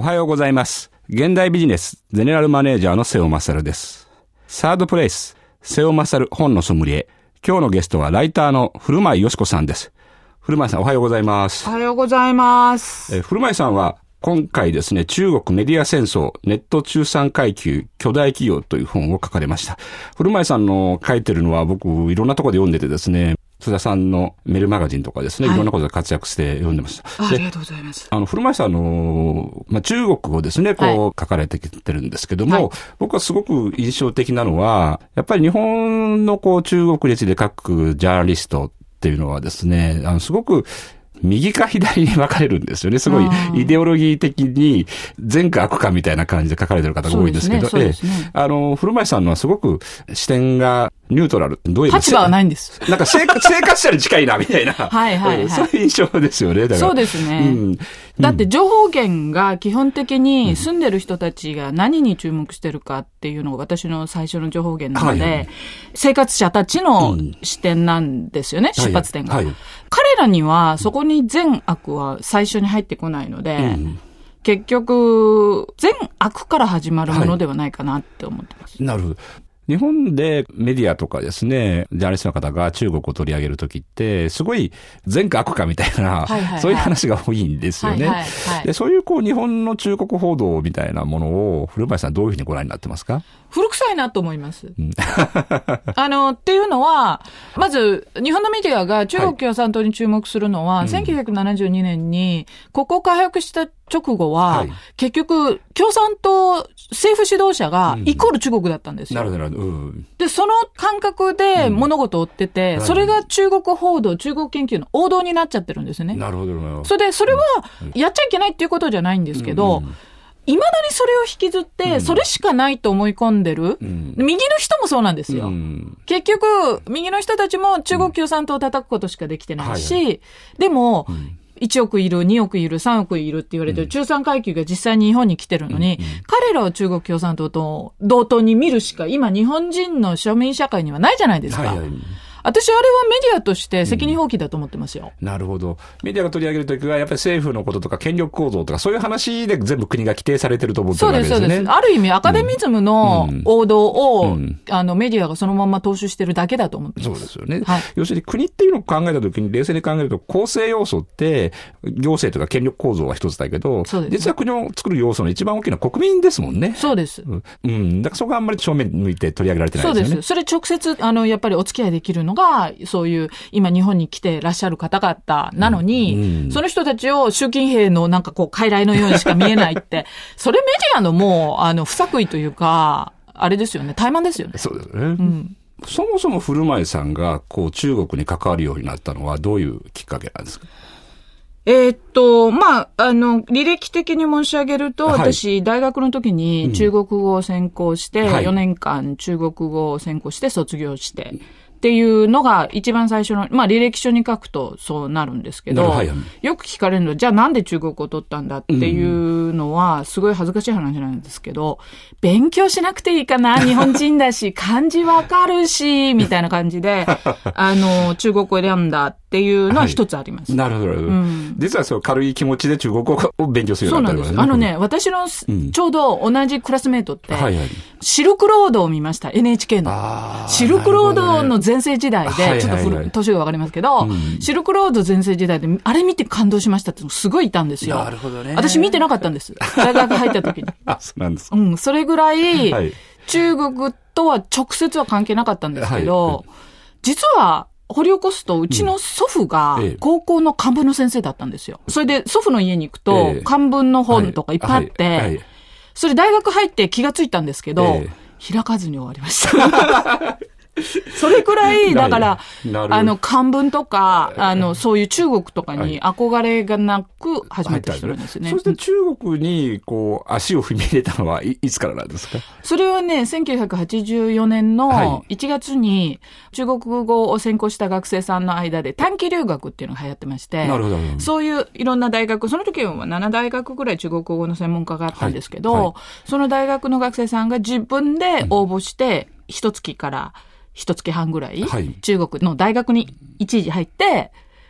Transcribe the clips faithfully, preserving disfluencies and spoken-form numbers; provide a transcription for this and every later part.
はようございます。現代ビジネスゼネラルマネージャーの瀬尾勝です。サードプレイス瀬尾勝本のソムリエ。今日のゲストはライターの古米よし子さんです。古米さんおはようございます。 おはようございます。 え古米さんは今回ですね、中国メディア戦争、ネット中産階級巨大企業という本を書かれました。古米さんの書いてるのは僕いろんなところで読んでてですね、津田さんのメルマガジンとかですね、はい、いろんなことで活躍して読んでました。 あ, ありがとうございます。 あの、古米さんの、まあ、中国語ですね、こう、はい、書かれてきてるんですけども、はい、僕はすごく印象的なのは、やっぱり日本のこう、中国について書くジャーナリストっていうのはですね、あの、すごく、右か左に分かれるんですよね。すごいイデオロギー的に善か悪かみたいな感じで書かれてる方が多いんですけど、 そうですね、そうですね。 あの、古米さんのはすごく視点がニュートラル。どういう立場はないんです。 なんか生活、生活者に近いな、みたいな。 はいはいはい。 そういう印象ですよね。だからそうですね。うん、だって情報源が基本的に住んでる人たちが何に注目してるかっていうのが私の最初の情報源なので、はいはい、生活者たちの視点なんですよね、うん、出発点が。はいはい、彼らにはそこに善悪は最初に入ってこないので、うん、結局善悪から始まるものではないかなって思ってます。 はい、なるほど。日本でメディアとかですね、ジャーナリストの方が中国を取り上げるときって、すごい善か悪かみたいな、はいはいはい、そういう話が多いんですよね。はいはいはい、でそういうこう日本の中国報道みたいなものを古米さんどういうふうにご覧になってますか？ 古臭いなと思います。うん、あの、っていうのは、まず、日本のメディアが中国共産党に注目するのは、はい、せんきゅうひゃくななじゅうにねんに国交回復した直後は、はい、結局、共産党、政府指導者がイコール中国だったんですよ。 うん、なるほど、なるほど。うん、 で、その感覚で物事を追ってて、うん、それが中国報道、中国研究の王道になっちゃってるんですね。 なるほど、なるほど。 それで、それは、やっちゃいけないっていうことじゃないんですけど、うんうん、未だにそれを引きずって、それしかないと思い込んでる、うん、右の人もそうなんですよ、うん。結局、右の人たちも中国共産党を叩くことしかできてないし、うんはいはい、でも、うん、いちおくいる、におくいる、さんおくいるって言われてる中産階級が実際に日本に来てるのに、うんうん、彼らを中国共産党と同等に見るしか今日本人の庶民社会にはないじゃないですか。はいはい、私、あれはメディアとして責任放棄だと思ってますよ。 うん、なるほど。メディアが取り上げるときは、やっぱり政府のこととか権力構造とか、そういう話で全部国が規定されてると思ってるわけですね。そうです、そうです。ある意味、アカデミズムの王道を、うん、あの、メディアがそのまま踏襲してるだけだと思ってます。 そうですよね。はい、要するに国っていうのを考えたときに、冷静に考えると、構成要素って、行政とか権力構造は一つだけど、そうですね、実は国を作る要素の一番大きな国民ですもんね。 そうです。 うん。うん、だからそこがあんまり正面向いて取り上げられてないですよね。 そうです。それ直接、あの、やっぱりお付き合いできるのが、そういう今日本に来てらっしゃる方々なのに、うんうん、その人たちを習近平のなんかこう傀儡のようにしか見えないって、それメディアのもう、あの、不作為というか、あれですよね、怠慢ですよね。 そうですね。うん、そもそも古米さんがこう中国に関わるようになったのはどういうきっかけなんですか？ えー、っと、まあ、あの、履歴的に申し上げると、はい、私、大学の時に中国語を専攻して、うん、よねんかん中国語を専攻して卒業して、っていうのが一番最初の、まあ履歴書に書くとそうなるんですけど、はい、よく聞かれるのは、じゃあなんで中国語を取ったんだっていうのは、すごい恥ずかしい話なんですけど、勉強しなくていいかな、日本人だし、漢字わかるし、みたいな感じで、あの、中国語を選んだっていうのは一つあります。 はい、なるほど、うん。実はそう軽い気持ちで中国語を勉強するようになったんですね。 そうなんです。あのね、私のちょうど同じクラスメートって、うんはいはい、シルクロードを見ました、エヌエイチケー の。シルクロードの全盛時代で、ちょっと古い、年がわかりますけど、うん、シルクロード全盛時代で、あれ見て感動しましたってすごいいたんですよ。 なるほどね。 私見てなかったんです。大学入った時に。 あ、そうなんですか。 うん、それぐらい、はい、中国とは直接は関係なかったんですけど、はい、実は、掘り起こすと、うちの祖父が高校の漢文の先生だったんですよ。それで祖父の家に行くと、漢文の本とかいっぱいあって、それ大学入って気がついたんですけど、開かずに終わりました。それくらい、だから、あの、漢文とか、あの、そういう中国とかに憧れがなく始めた人なんですよね。 そして中国に、こう、足を踏み入れたのはいいつからなんですか？ それはね、せんきゅうひゃくはちじゅうよねんのいちがつに、中国語を専攻した学生さんの間で短期留学っていうのが流行ってまして、なるほど。そういういろんな大学、その時はななだいがくぐらい中国語の専門家があったんですけど、はいはい、その大学の学生さんが自分で応募して、一月から、一月半ぐらい、はい、中国の大学に一時入って、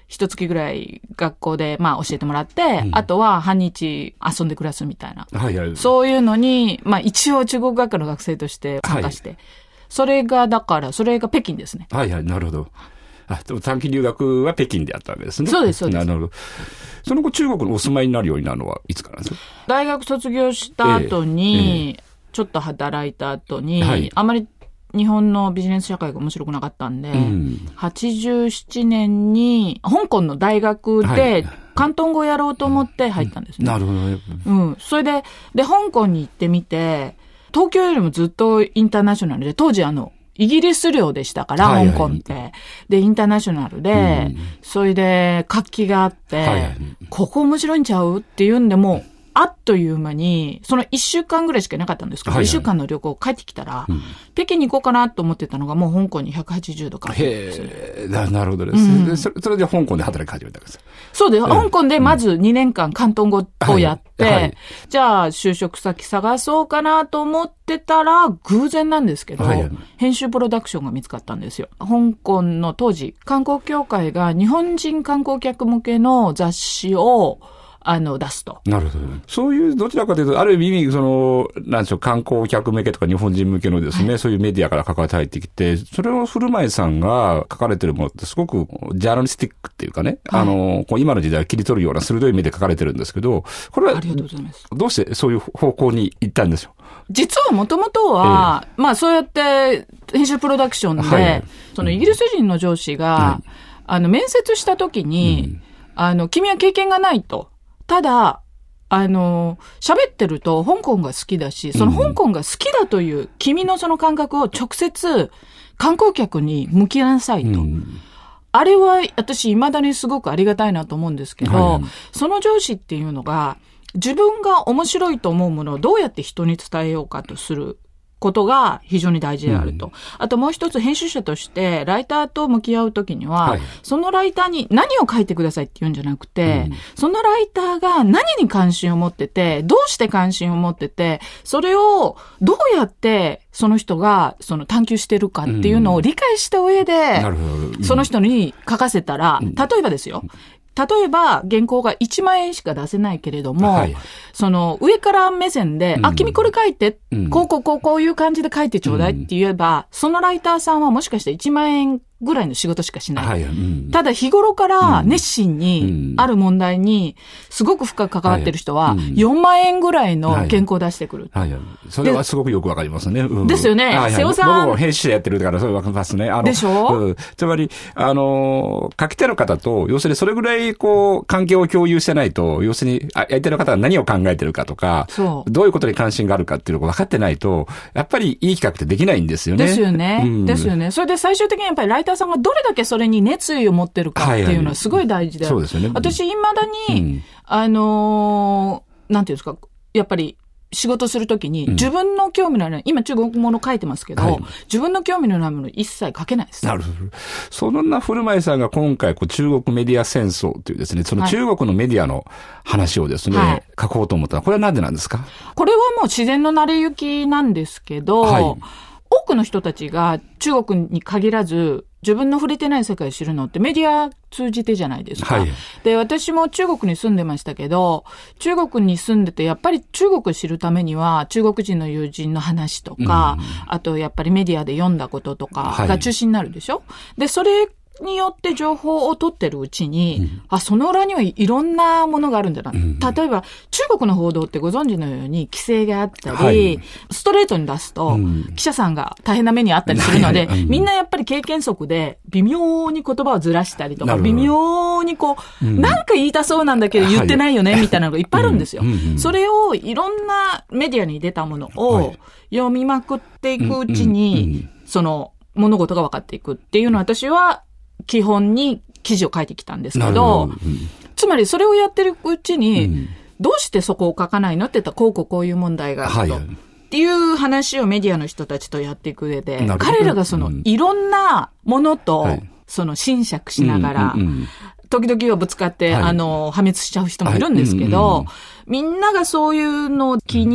一月ぐらい学校で、まあ教えてもらって、うん、あとは半日遊んで暮らすみたいな。はいはい、そういうのに、まあ一応中国学科の学生として参加して。はい、それが、だから、それが北京ですね。 はいはい、なるほど。あ、でも短期留学は北京であったわけですね。 そうです、そうです。 なるほど。その後中国にお住まいになるようになるのはいつからですか？ 大学卒業した後に、ええええ、ちょっと働いた後に、はい、あまり日本のビジネス社会が面白くなかったんで、うん、はちじゅうななねんに香港の大学で広東語をやろうと思って入ったんですね。 なるほどね。 うん。それで、で、香港に行ってみて、東京よりもずっとインターナショナルで、当時あの、イギリス領でしたから、はいはい、香港って。で、インターナショナルで、うん、それで活気があって、はいはい、ここ面白いんちゃうっていうんで、もう、あっという間に、その一週間ぐらいしかいなかったんですけど、一、はいはい、週間の旅行帰ってきたら、うん、北京に行こうかなと思ってたのが、もう香港にひゃくはちじゅうど変わったんですよ。 へー、な、なるほどですね、うんでそれ。それで香港で働き始めたんです。 そうです。香港でまずにねんかん広東語をやって、はいはい、じゃあ就職先探そうかなと思ってたら、偶然なんですけど、はいはい、編集プロダクションが見つかったんですよ。香港の当時、観光協会が日本人観光客向けの雑誌をあの、出すと。 なるほど。そういう、どちらかというと、ある意味、その、なんでしょう、観光客向けとか日本人向けのですね、はい、そういうメディアから関わって入ってきて、それを古前さんが書かれてるものってすごく、ジャーナリスティックっていうかね、はい、あの、こう今の時代を切り取るような鋭い目で書かれてるんですけど、これは、 ありがとうございます。 どうしてそういう方向に行ったんでしょう？ 実はもともとは、えー、まあそうやって編集プロダクションで、はい、そのイギリス人の上司が、はい、あの、面接した時に、うん、あの、君は経験がないと。ただ、あの、喋ってると香港が好きだし、その香港が好きだという君のその感覚を直接観光客に向きなさいと。うん、あれは私未だにすごくありがたいなと思うんですけど、はい、その上司っていうのが自分が面白いと思うものをどうやって人に伝えようかとすることが非常に大事であると。うん、あともう一つ編集者としてライターと向き合うときには、はい、そのライターに何を書いてくださいって言うんじゃなくて、うん、そのライターが何に関心を持ってて、どうして関心を持ってて、それをどうやってその人がその探求してるかっていうのを理解した上で、うんうん、その人に書かせたら、例えばですよ。例えば、原稿がいちまんえんしか出せないけれども、はい、その、上から目線で、うん、あ、君これ書いて、うん、こうこうこうこういう感じで書いてちょうだいって言えば、うん、そのライターさんはもしかしていちまんえんぐらいの仕事しかしない。はいうん、ただ日頃から熱心にある問題にすごく深く関わってる人はよんまんえんぐらいの原稿を出してくる。 はいはいはい、それはすごくよくわかりますね。うん、 ですよね。はいはい、瀬尾さん。 僕も編集者やってるからそれわかりますね。あのでしょ、 うん、つまり、あの、書き手の方と、要するにそれぐらいこう、関係を共有してないと、要するに、やり手の方が何を考えてるかとか、そうどういうことに関心があるかっていうのが分かってないと、やっぱりいい企画ってできないんですよね。 ですよね。うん、ですよね。それで最終的にやっぱりライターさんがどれだけそれに熱意を持ってるかっていうのはすごい大事で、はいはい、そうですよね。私、未だに、うん、あのー、なんていうんですか、やっぱり、仕事するときに、自分の興味のない、うん、今中国語の書いてますけど、はい、自分の興味のないもの一切書けないです。 なるほど。そんな古前さんが今回こう中国メディア戦争というですね、その中国のメディアの話をですね、はい、書こうと思ったら、これはなんでなんですか？ これはもう自然の成り行きなんですけど、はい、多くの人たちが中国に限らず、自分の触れてない世界を知るのってメディア通じてじゃないですか。はい、で、私も中国に住んでましたけど、中国に住んでてやっぱり中国を知るためには中国人の友人の話とか、うん、あとやっぱりメディアで読んだこととかが中心になるでしょ、はい、で、それによって情報を取ってるうちに、うん、あ、その裏にはいろんなものがあるんだな、うん。例えば、中国の報道ってご存知のように規制があったり、はい、ストレートに出すと、うん、記者さんが大変な目にあったりするので、うん、みんなやっぱり経験則で微妙に言葉をずらしたりとか、微妙にこう、うん、なんか言いたそうなんだけど言ってないよね、はい、みたいなのがいっぱいあるんですよ、うんうんうん。それをいろんなメディアに出たものを読みまくっていくうちに、うんうんうん、その物事が分かっていくっていうのは私は基本に記事を書いてきたんですけど、うん、つまりそれをやってるうちに、うん、どうしてそこを書かないのって言ったらこうこうこういう問題があると、はい、っていう話をメディアの人たちとやっていく上で、彼らがその、うん、いろんなものと、はい、その侵釈しながら、うんうんうん、時々はぶつかって、はい、あの破滅しちゃう人もいるんですけど、はいうんうんうん、みんながそういうのを気に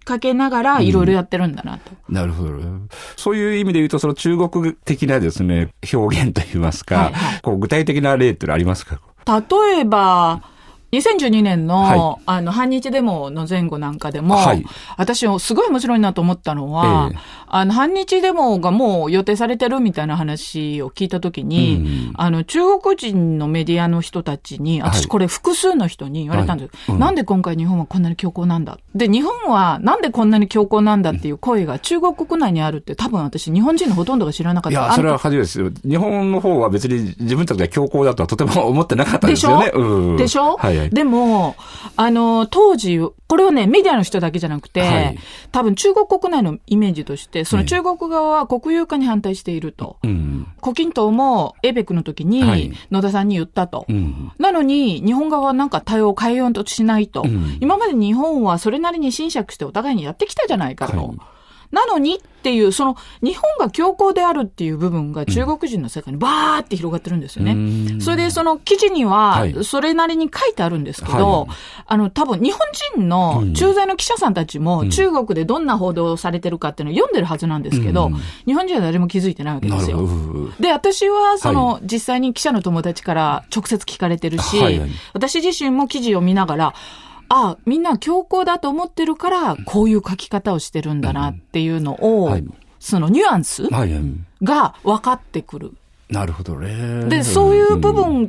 かけながらいろいろやってるんだなと、 うん。なるほど。そういう意味で言うと、その中国的なですね、表現といいますか、はいはい、こう具体的な例ってのありますか？ 例えば、にせんじゅうにねんの、はい、あの、反日デモの前後なんかでも、はい、私、すごい面白いなと思ったのは、えー、あの、反日デモがもう予定されてるみたいな話を聞いたときに、うん、あの、中国人のメディアの人たちに、私これ複数の人に言われたんです、はいうん、なんで今回日本はこんなに強硬なんだ。で、日本はなんでこんなに強硬なんだっていう声が中国国内にあるって多分私、日本人のほとんどが知らなかった。 いや、それは初めですよ。日本の方は別に自分たちが強硬だとはとても思ってなかったですよね。 でしょ、うん、でしょ、 はいはい、 でも、あの、当時、これはね、メディアの人だけじゃなくて、はい、多分中国国内のイメージとして、その中国側は国有化に反対していると。うん、胡錦涛もエイペックの時に野田さんに言ったと。はい、なのに、日本側はなんか対応を変えようとしないと。うん、今まで日本はそれなりに侵釈してお互いにやってきたじゃないかと。はい、なのにっていう、その日本が強硬であるっていう部分が中国人の世界にバーって広がってるんですよね。うん、それでその記事にはそれなりに書いてあるんですけど、はい、あの多分日本人の駐在の記者さんたちも中国でどんな報道をされてるかっていうのを読んでるはずなんですけど、うん、日本人は誰も気づいてないわけですよ。で、私はその、はい、実際に記者の友達から直接聞かれてるし、はいはい、私自身も記事を見ながら、あ、みんな強硬だと思ってるから、こういう書き方をしてるんだなっていうのを、うんはい、そのニュアンスが分かってくる。 なるほどね。 で、そういう部分って、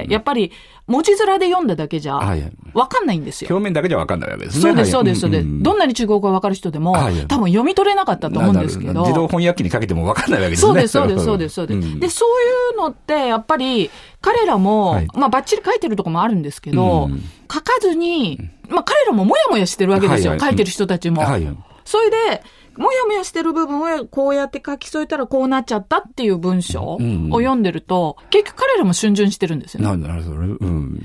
やっぱり、文字面で読んだだけじゃ、分かんないんですよ。 表面だけじゃ分かんないわけですね。 そうです、そうです、そうです。どんなに中国語が分かる人でも、多分読み取れなかったと思うんですけど。 自動翻訳機にかけても分かんないわけですね。 そうです、そうです、そうです、そうです。で、そういうのって、やっぱり、彼らも、まあ、バッチリ書いてるとこもあるんですけど、書かずに、まあ、彼らももやもやしてるわけですよ。書いてる人たちも。それで、もやもやしてる部分をこうやって書き添えたらこうなっちゃったっていう文章を読んでると、うんうん、結局彼らも逡巡してるんですよね。なるほど、うん。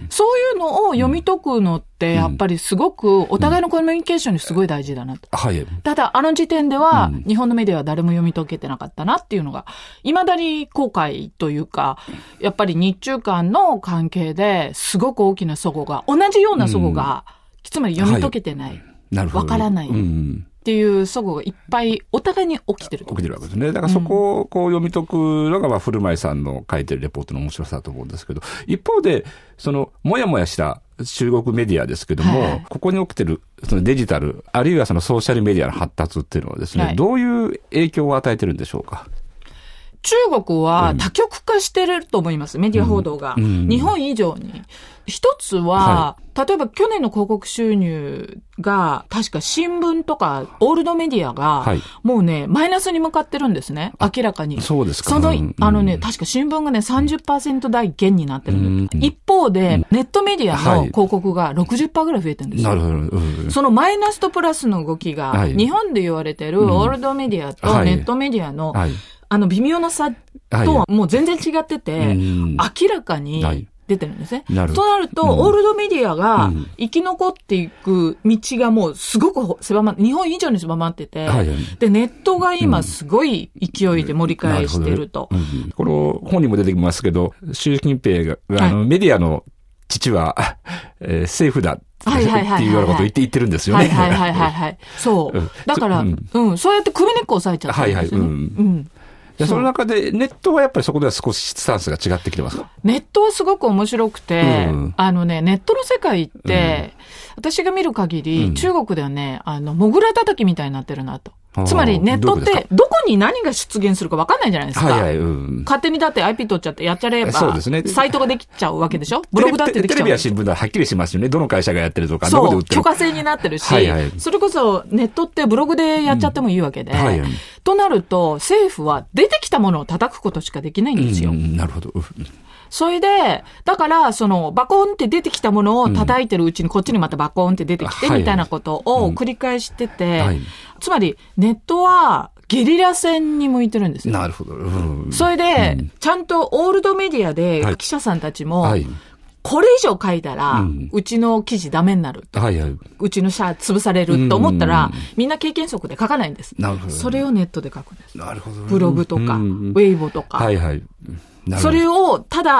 そういうのを読み解くのってやっぱりすごくお互いのコミュニケーションにすごい大事だなと。うんうん、ただあの時点では日本のメディアは誰も読み解けてなかったなっていうのが未だに後悔というか、やっぱり日中間の関係ですごく大きな齟齬が、同じような齟齬が、うん、つまり読み解けてない。はい、わからない。うんっていう齟齬がいっぱいお互いに起きてると。 起きてるわけですね。だからそこをこう読み解くのが、まあ、古舞さんの書いてるレポートの面白さだと思うんですけど、一方で、その、もやもやした中国メディアですけども、はい、ここに起きてるそのデジタル、あるいはそのソーシャルメディアの発達っていうのはですね、はい、どういう影響を与えてるんでしょうか？ 中国は多極化してると思います、うん、メディア報道が。うん、日本以上に。一つは、はい、例えば去年の広告収入が、確か新聞とかオールドメディアが、はい、もうね、マイナスに向かってるんですね。明らかに。 そうですか。 その、うん、あのね、確か新聞がね、さんじゅっパーセント 台減になってるんです。うん、一方で、うん、ネットメディアの広告が ろくじゅっパーセント ぐらい増えてるんですよ。なるほど。うん、そのマイナスとプラスの動きが、はい、日本で言われてるオールドメディアとネットメディアの、はいはい、あの微妙な差とはもう全然違ってて、はい、明らかに、はい出てるんですね。なるとなると、うん、オールドメディアが生き残っていく道がもうすごく狭まって、日本以上に狭まってて、はい、で、ネットが今すごい勢いで盛り返してると。 うんうん、この本にも出てきますけど、習近平が、はい、あのメディアの父は、えー、政府だ。っていうようなことを言って、言ってるんですよね。 はいはいはいはい。そう。だから、うん、うん、そうやって首根っこ押さえちゃってるんですよね。はいはい、うん。うんでその中で、ネットはやっぱりそこでは少しスタンスが違ってきてますか？ ネットはすごく面白くて、うん、あのね、ネットの世界って、うん、私が見る限り、うん、中国ではね、あの、モグラ叩きみたいになってるなと。つまりネットってどこに何が出現するか分かんないじゃないですか。はいはいうん、勝手にだって アイピー 取っちゃってやっちゃれば、そうですね、サイトができちゃうわけでしょ。ブログだってできちゃう。 テレビや新聞でははっきりしますよね。どの会社がやってるとか、 そうどこで売ってる許可制になってるし、はいはい、それこそネットってブログでやっちゃってもいいわけで、うんはいはい、となると政府は出てきたものを叩くことしかできないんですよ。うん、なるほど。それで、だから、その、バコーンって出てきたものを叩いてるうちに、こっちにまたバコーンって出てきて、みたいなことを繰り返してて、はいはい、つまり、ネットは、ゲリラ戦に向いてるんですよ。なるほど。うん、それで、うん、ちゃんとオールドメディアで、記者さんたちも、はいはいこれ以上書いたら、うん、うちの記事ダメになる。はいはい。うちの社潰されると思ったら、うん、みんな経験則で書かないんです。なるほど。それをネットで書くんです。なるほど。ブログとか、うん、ウェイボとか。はいはい。それを、ただ、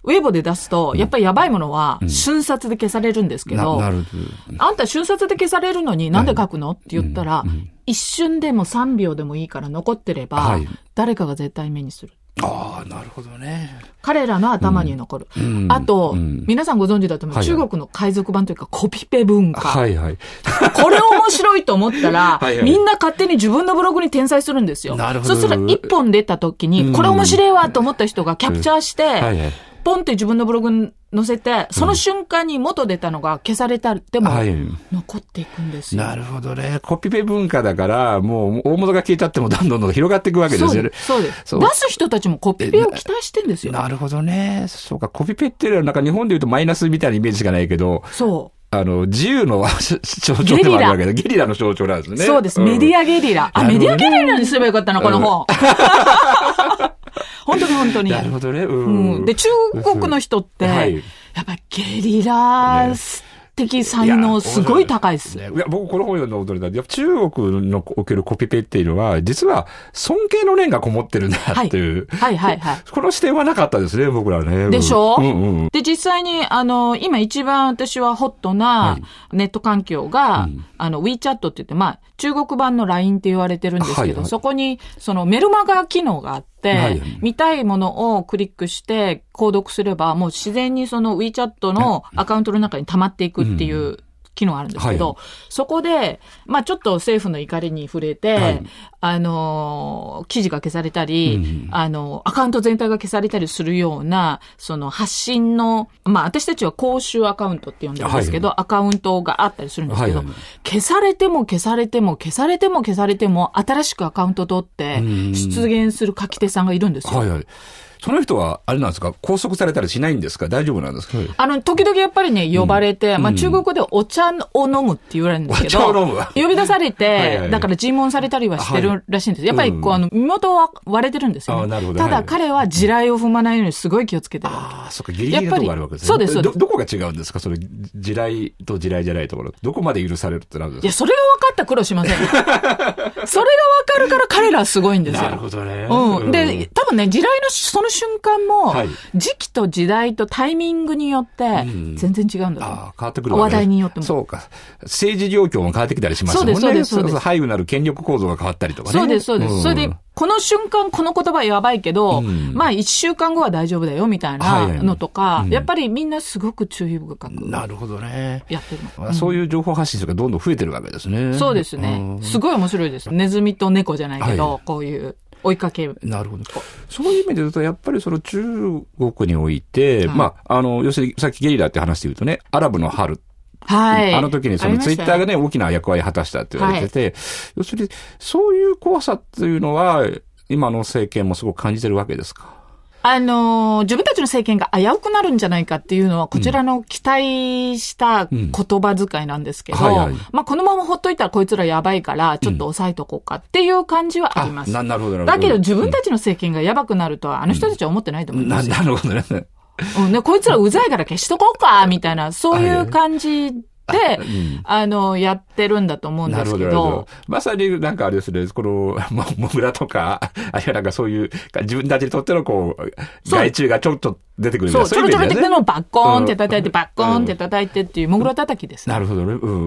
ウェイボで出すと、やっぱりやばいものは瞬殺で消されるんですけど、 なるほど。 あんた瞬殺で消されるのになんで書くのって言ったら、一瞬でもさんびょうでもいいから残ってれば、誰かが絶対目にする。 ああ、なるほどね。 彼らの頭に残る。うん、あと、うん、皆さんご存知だと思う、はいはい、中国の海賊版というかコピペ文化。 はいはい。 これ面白いと思ったらはい、はい、みんな勝手に自分のブログに転載するんですよ。なるほど。そしたら一本出た時に、これ面白いわと思った人がキャプチャーして、はいはい、ポンって自分のブログに載せて、その瞬間に元出たのが消されたっても、残っていくんですよ、 はい。なるほどね。コピペ文化だから、もう大元が消えちゃってもどんどんどん広がっていくわけですよね。 そうです。そうです。出す人たちもコピペを期待してんですよ。 なるほどね。そうか、コピペっていうのはなんか日本で言うとマイナスみたいなイメージしかないけど、 そう。 あの、自由の象徴でもあるわけで、ゲリラの象徴なんですね。 そうです。うん、メディアゲリラ。あ、メディアゲリラにすればよかったな、この本。うん本当に本当に。 なるほどね。うんうん、で、中国の人って、はい、やっぱりゲリラ的才能すごい高いです。 いや、いや僕この本読んだ驚いた。やっぱ中国のおけるコピペっていうのは、実は尊敬の念がこもってるんだっていう。 はい、はい、はいはい。 この視点はなかったですね、僕らね。 でしょ、 うんうん、 で、実際に、あの、今一番私はホットなネット環境が、はい、あの、WeChat って言って、まあ、中国版の ライン って言われてるんですけど、はいはい、そこに、そのメルマガ機能があって、はいはい、見たいものをクリックして購読すれば、もう自然にその WeChat のアカウントの中に溜まっていくっていう、うん機能あるんですけど、はい、そこで、まあちょっと政府の怒りに触れて、はい、あの、記事が消されたり、うん、あの、アカウント全体が消されたりするような、その発信の、まあ私たちは公衆アカウントって呼んでるんですけど、はい、アカウントがあったりするんですけど、はいはい、消されても消されても消されても消されても、新しくアカウント取って出現する書き手さんがいるんですよ。 はいはい、その人は、あれなんですか、拘束されたりしないんですか、大丈夫なんですか。 あの、時々やっぱりね、呼ばれて、うん、まあ、中国でお茶を飲むって言われるんですけど、お茶を飲む呼び出されて、はいはい、だから尋問されたりはしてるらしいんです。はい、やっぱり、こう、あの、身元は割れてるんですよ、ね。なるほど。ただ、彼は地雷を踏まないようにすごい気をつけてるわけ。 ああ、そっか、ギリギリのところがあるわけですね。 そうです、そうです。 ど、どこが違うんですか、それ、地雷と地雷じゃないところ。どこまで許されるってなるんですか。 いや、それが分かったら苦労しません。それが分かるから彼らはすごいんですよ。 なるほどね。 うん。で、多分ね、地雷のその瞬間も、はい、時期と時代とタイミングによって全然違うんだと、うん、あ変わってくるわね。 話題によっても。 そうか。政治状況も変わってきたりしますもんね。 そうです、そうです。 背後なる権力構造が変わったりとかね。 そうです、そうです。うん、それで、この瞬間この言葉やばいけど、うん、まあ一週間後は大丈夫だよみたいなのとか、はいはいうん、やっぱりみんなすごく注意深く。 なるほどね。 やってるの、 うん。そういう情報発信がどんどん増えてるわけですね。 そうですね。すごい面白いです。ネズミと猫じゃないけど、はい、こういう。追いかける。 なるほど。そういう意味で言うと、やっぱりその中国において、はい、まあ、あの、要するにさっきゲリラって話で言うとね、アラブの春。 はい。 あの時にそのツイッターがね、大きな役割を果たしたって言われてて、はい、要するに、そういう怖さっていうのは、今の政権もすごく感じてるわけですか。 あのー、自分たちの政権が危うくなるんじゃないかっていうのは、こちらの期待した言葉遣いなんですけど、うんはいはい、まあ、このままほっといたらこいつらやばいから、ちょっと抑えとこうかっていう感じはあります。うん、 な, なるほどなるほど。 だけど自分たちの政権がやばくなるとは、あの人たちは思ってないと思いますよ。 うん、な, なるほどね。 うん、で、こいつらうざいから消しとこうか、みたいな、そういう感じで、うん、あの、やってるんだと思うんですけど。なるほど、なるほど。 まさになんかあれですね、この、モグラとか、あるいはなんかそういう、自分たちにとってのこう、害虫がちょっと出てくるみたいな。 そう、ちょろちょろ出てくるのをバッコーンって叩いて、バッコーンって叩いてっていう、モグラ叩きです、ね。 なるほどね。うん。うん、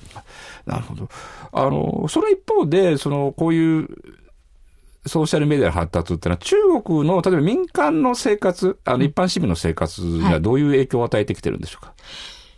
なるほど。あの、その一方で、その、こういう、ソーシャルメディアの発達ってのは、中国の、例えば民間の生活、あの、一般市民の生活にはどういう影響を与えてきてるんでしょうか。はい、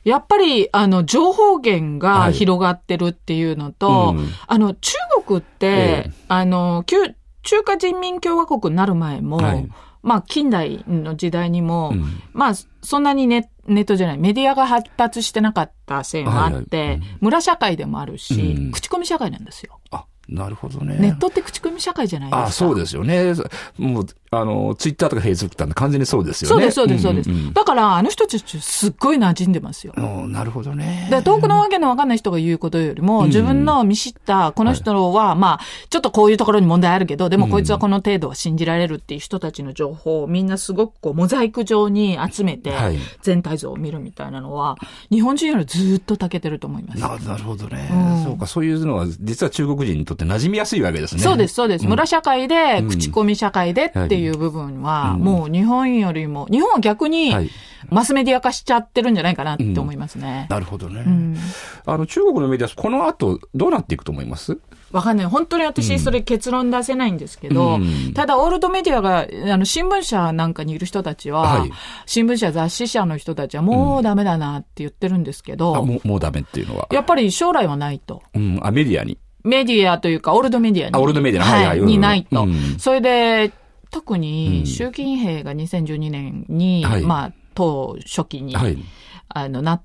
やっぱり、あの、情報源が広がってるっていうのと、はいうん、あの、中国って、ええ、あの、旧、中華人民共和国になる前も、はい、まあ、近代の時代にも、うん、まあ、そんなにネ、ネットじゃない、メディアが発達してなかったせいもあって、はいはいうん、村社会でもあるし、うん、口コミ社会なんですよ。 あ、なるほどね。 ネットって口コミ社会じゃないですか。 あ、そうですよね。もう、あの、ツイッターとかフェイスブックって完全にそうですよね。 そうです、そうです、そうです。だから、あの人たちすっごい馴染んでますよ。 なるほどね。 で、遠くのわけのわかんない人が言うことよりも、うん、自分の見知った、この人は、はい、まあ、ちょっとこういうところに問題あるけど、でもこいつはこの程度は信じられるっていう人たちの情報をみんなすごくこう、モザイク状に集めて、全体像を見るみたいなのは、日本人よりずっと長けてると思います。 な, なるほどね、うん。そうか、そういうのは、実は中国人にとって馴染みやすいわけですね。 そうです、そうです。村社会で、口コミ社会でっていう部分は、もう日本よりも、日本は逆に、マスメディア化しちゃってるんじゃないかなって思いますね。 うん、なるほどね、うん。あの、中国のメディア、この後、どうなっていくと思います？ わかんない。本当に私、それ結論出せないんですけど、うん、ただ、オールドメディアが、あの、新聞社なんかにいる人たちは、はい、新聞社、雑誌社の人たちは、もうダメだなって言ってるんですけど、 うん、あもう、もうダメっていうのはやっぱり将来はないと。 うん、あ、メディアに。 メディアというか、オールドメディアに。 あ、オールドメディアに、はい、はい、 にないと。うん、それで、特に、習近平がにせんじゅうにねんに、うん、まあ、党初期に、はい、あの、なって、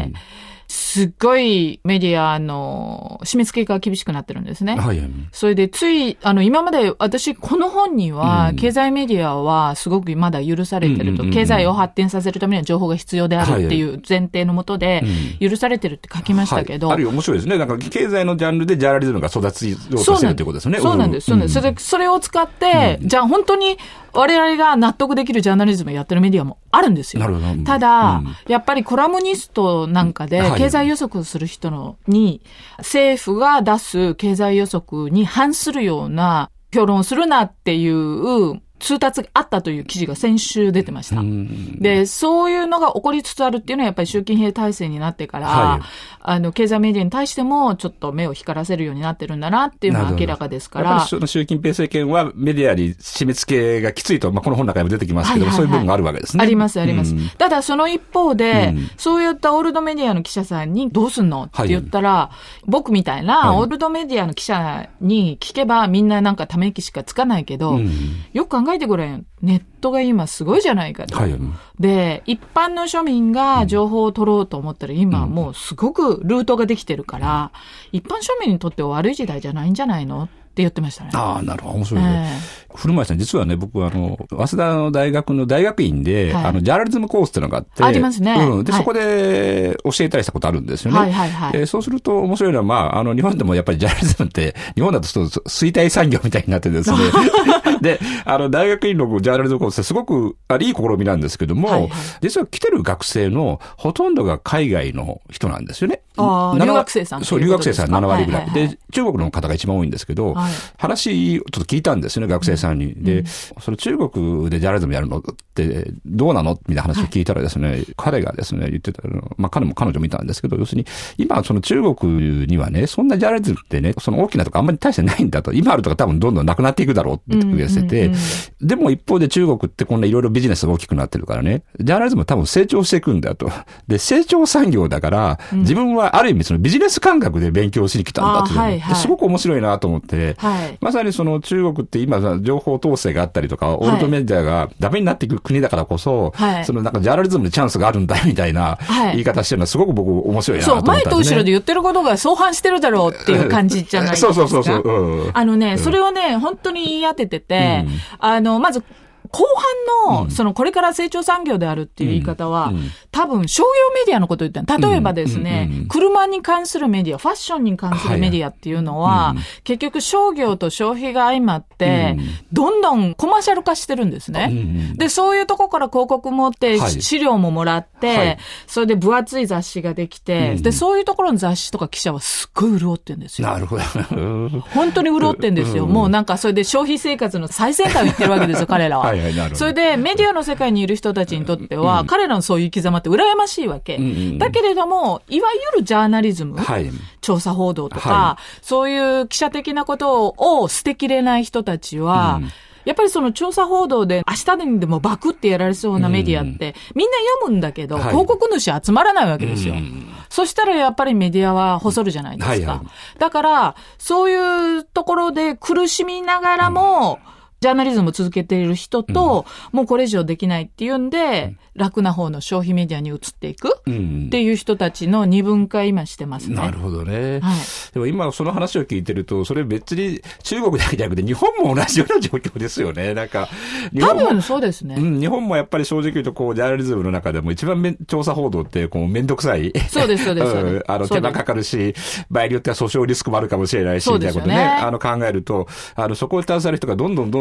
うん、すっごいメディアの締め付けが厳しくなってるんですね。はい、それでつい、あの、今まで私、この本には、経済メディアはすごくまだ許されてると、うん、経済を発展させるためには情報が必要であるっていう前提のもとで、許されてるって書きましたけど。 はい、あるいは面白いですね。なんか、経済のジャンルでジャーナリズムが育つようとしてるってことですね。 そうなんです。そうなんです。それで、それを使って、うん、じゃあ本当に、我々が納得できるジャーナリズムをやってるメディアもあるんですよ。 なるほど。 ただ、うん、やっぱりコラムニストなんかで経済予測をする人のに、政府が出す経済予測に反するような評論をするなっていう通達があったという記事が先週出てました。で、そういうのが起こりつつあるっていうのはやっぱり習近平体制になってから、はい、あの、経済メディアに対してもちょっと目を光らせるようになってるんだなっていうのは明らかですから。 やっぱりその習近平政権はメディアに締め付けがきついと、まあ、この本の中にも出てきますけど、はいはいはい、そういう部分があるわけですね。 ありますあります。うん、ただその一方で、うん、そういったオールドメディアの記者さんにどうすんのって言ったら、はい、僕みたいなオールドメディアの記者に聞けばみんななんかため息しかつかないけど、うん、よく考えてごらんよ。ネットが今すごいじゃないかと。はい、で、一般の庶民が情報を取ろうと思ったら今もうすごくルートができてるから、うん、一般庶民にとっては悪い時代じゃないんじゃないのって言ってましたね。 ああ、なるほど。面白いね。えー、古町さん、実はね、僕はあの、早稲田の大学の大学院で、はい、あの、ジャーナリズムコースっていうのがあって。 ありますね。 うん。で、 はい、 そこで教えたりしたことあるんですよね。はいはいはい。えー、そうすると面白いのは、まあ、あの、日本でもやっぱりジャーナリズムって、日本だと衰退産業みたいになってですね。で、あの、大学院のジャーナリズムコースってすごくあいい試みなんですけども、はいはい、実は来てる学生のほとんどが海外の人なんですよね。 ああ、留学生さん。 そう、留学生さんななわりぐらい。はいはいはい、で、中国の方が一番多いんですけど、はい、話、ちょっと聞いたんですよね、学生さんに。うん、で、その中国でジャーナリズムやるのってどうなのみたいな話を聞いたらですね、はい、彼がですね、言ってたの、まあ彼も彼女見たんですけど、要するに、今その中国にはね、そんなジャーナリズムってね、その大きなとこあんまり大してないんだと。今あるとか多分どんどんなくなっていくだろうって言ってて、うんうんうん、でも一方で中国ってこんないろいろビジネスが大きくなってるからね、ジャーナリズム多分成長していくんだと。で、成長産業だから、うん、自分はある意味そのビジネス感覚で勉強しに来たんだっていう、はいはい、すごく面白いなと思って、はい、まさにその中国って今情報統制があったりとか、オールドメディアがダメになっていく国だからこそ、はい、そのなんかジャーナリズムにチャンスがあるんだみたいな言い方してるのはすごく僕面白いなと思ったんですね。 そう、前と後ろで言ってることが相反してるだろうっていう感じじゃないですか。 そうそうそうそう、うん。 あのね、それはね、本当に言い当ててて、うん、あの、まず、後半の、うん、そのこれから成長産業であるっていう言い方は、うんうん、多分商業メディアのことを言ったの。例えばですね、うんうんうん、車に関するメディア、ファッションに関するメディアっていうのは、はい、結局商業と消費が相まって、うん、どんどんコマーシャル化してるんですね。うんうん、で、そういうとこから広告持って、はい、資料ももらって、はい、それで分厚い雑誌ができて、うん、で、そういうところの雑誌とか記者はすっごい潤ってるんですよ。 なるほど。 本当に潤ってるんですよ。うん、もうなんかそれで消費生活の最先端を言ってるわけですよ、彼らは。はいはい、なるほど。それで、メディアの世界にいる人たちにとっては、うん、彼らのそういう生き様って羨ましいわけ。うんうん、だけれども、いわゆるジャーナリズム、はい、調査報道とか、はい、そういう記者的なことを捨てきれない人たちは、うん、やっぱりその調査報道で明日にでもバクってやられそうなメディアって、うん、みんな読むんだけど、はい、広告主集まらないわけですよ。うん、そしたらやっぱりメディアは細るじゃないですか。はいはい、だから、そういうところで苦しみながらも、うん、ジャーナリズムを続けている人と、うん、もうこれ以上できないっていうんで、うん、楽な方の消費メディアに移っていくっていう人たちの二分化今してますね。 なるほどね。はい、でも今その話を聞いてると、それ別に中国だけじゃなくて日本も同じような状況ですよね。なんか日本も多分そうですね。 うん、日本もやっぱり正直言うとこうジャーナリズムの中でも一番め調査報道ってこうめんどくさい。 そうですそうです。 うん、あの手間かかるし、場合によっては訴訟リスクもあるかもしれないし、みたいなことね、あの考えると、あのそこを携わる人がどんどんどんどん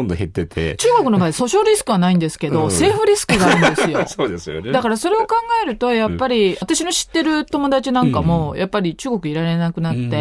どん減ってて。 中国の場合、訴訟リスクはないんですけど、うん、政府リスクがあるんですよ。 そうですよね。 だからそれを考えると、やっぱり、私の知ってる友達なんかも、やっぱり中国いられなくなって、うん、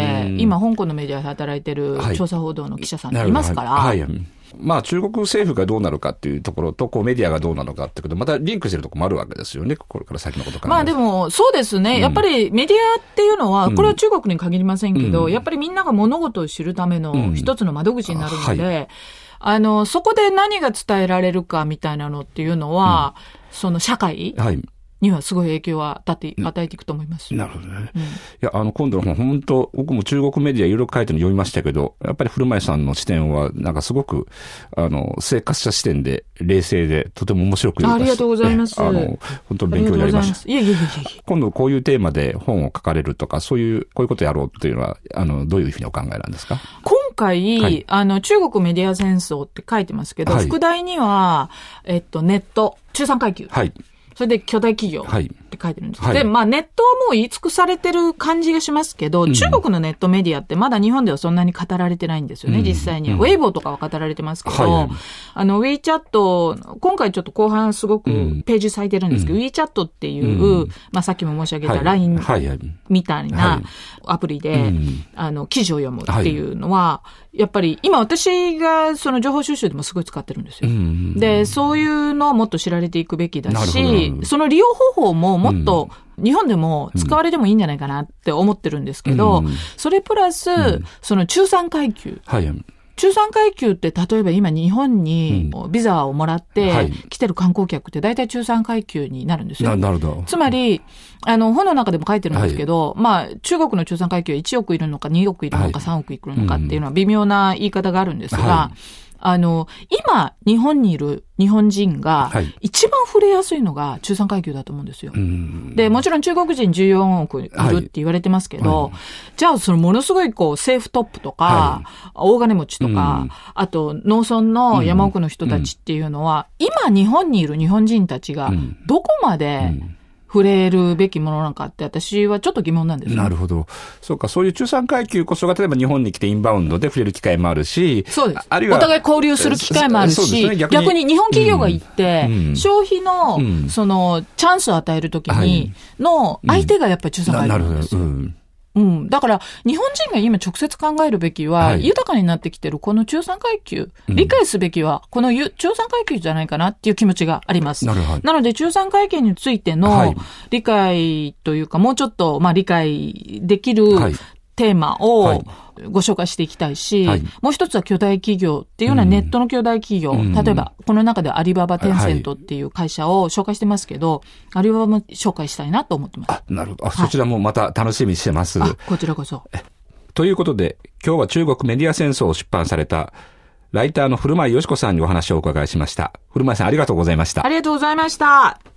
今、香港のメディアで働いてる調査報道の記者さんがいますから、 はい。はいはい、まあ中国政府がどうなるかっていうところと、こうメディアがどうなのかってこと、またリンクしてるところもあるわけですよね。これから先のことから。 まあでも、そうですね。うん、やっぱりメディアっていうのは、これは中国に限りませんけど、うん、やっぱりみんなが物事を知るための一つの窓口になるので、うんはい、あの、そこで何が伝えられるかみたいなのっていうのは、うん、その社会、はいにはすごい影響は与えていくと思います。 なるほどね。うん、いや、あの、今度の本、本当僕も中国メディアいろいろ書いてるの読みましたけど、やっぱり古前さんの視点は、なんかすごく、あの、生活者視点で、冷静で、とても面白くありがとうございます。 あの、本当に勉強になりました。 いえいえいえいえ。 今度こういうテーマで本を書かれるとか、そういう、こういうことやろうっていうのは、あの、どういうふうにお考えなんですか？ 今回、はい、あの、中国メディア戦争って書いてますけど、はい、副題には、えっと、ネット、中産階級。はい。それで巨大企業って書いてるんです。はい、で、まあネットはもう言い尽くされてる感じがしますけど、うん、中国のネットメディアってまだ日本ではそんなに語られてないんですよね、うん、実際には。うん、ウェイボーとかは語られてますけど、はい、あの、WeChat、今回ちょっと後半すごくページ割いてるんですけど、うん、WeChat っていう、うん、まあさっきも申し上げた ライン みたいなアプリで、はいはい、あの、記事を読むっていうのは、はい、やっぱり今私がその情報収集でもすごい使ってるんですよ。うん、で、そういうのをもっと知られていくべきだし、その利用方法ももっと日本でも使われてもいいんじゃないかなって思ってるんですけど、うん、それプラス、うん、その中産階級。はい、中産階級って例えば今日本にビザをもらって来てる観光客って大体中産階級になるんですよ。 なるほど。 つまり、あの、本の中でも書いてるんですけど、はい、まあ、中国の中産階級はいちおくいるのかにおくいるのかさんおくいるのかっていうのは微妙な言い方があるんですが、はい、あの、今、日本にいる日本人が、一番触れやすいのが中産階級だと思うんですよ。はい、で、もちろん中国人じゅうよんおくいるって言われてますけど、はいはい、じゃあ、そのものすごいこう、政府トップとか、はい、大金持ちとか、あと、農村の山奥の人たちっていうのは、今、日本にいる日本人たちが、どこまで、触れるべきものなのかって私はちょっと疑問なんですね。 なるほど。そうか、そういう中産階級こそが例えば日本に来てインバウンドで触れる機会もあるし、 そうです。あるいはお互い交流する機会もあるし、ね、逆に、逆に日本企業が行って、うん、消費の、うん、その、チャンスを与えるときにの相手がやっぱり中産階級なんですよ。うんななるほど。うんうん。だから、日本人が今直接考えるべきは、はい、豊かになってきてるこの中産階級、うん、理解すべきは、この中産階級じゃないかなっていう気持ちがあります。なるほど。なので、中産階級についての理解というか、はい、もうちょっと、まあ、理解できる、はいテーマをご紹介していきたいし、はい、もう一つは巨大企業っていうのはネットの巨大企業、うん、例えばこの中でアリババ、テンセントっていう会社を紹介してますけど、はい、アリババも紹介したいなと思ってます。 あ、なるほど。あ、はい、そちらもまた楽しみにしてます。 あ、こちらこそ。 ということで、今日は中国メディア戦争を出版されたライターの古前よしこさんにお話をお伺いしました。古前さんありがとうございました。 ありがとうございました。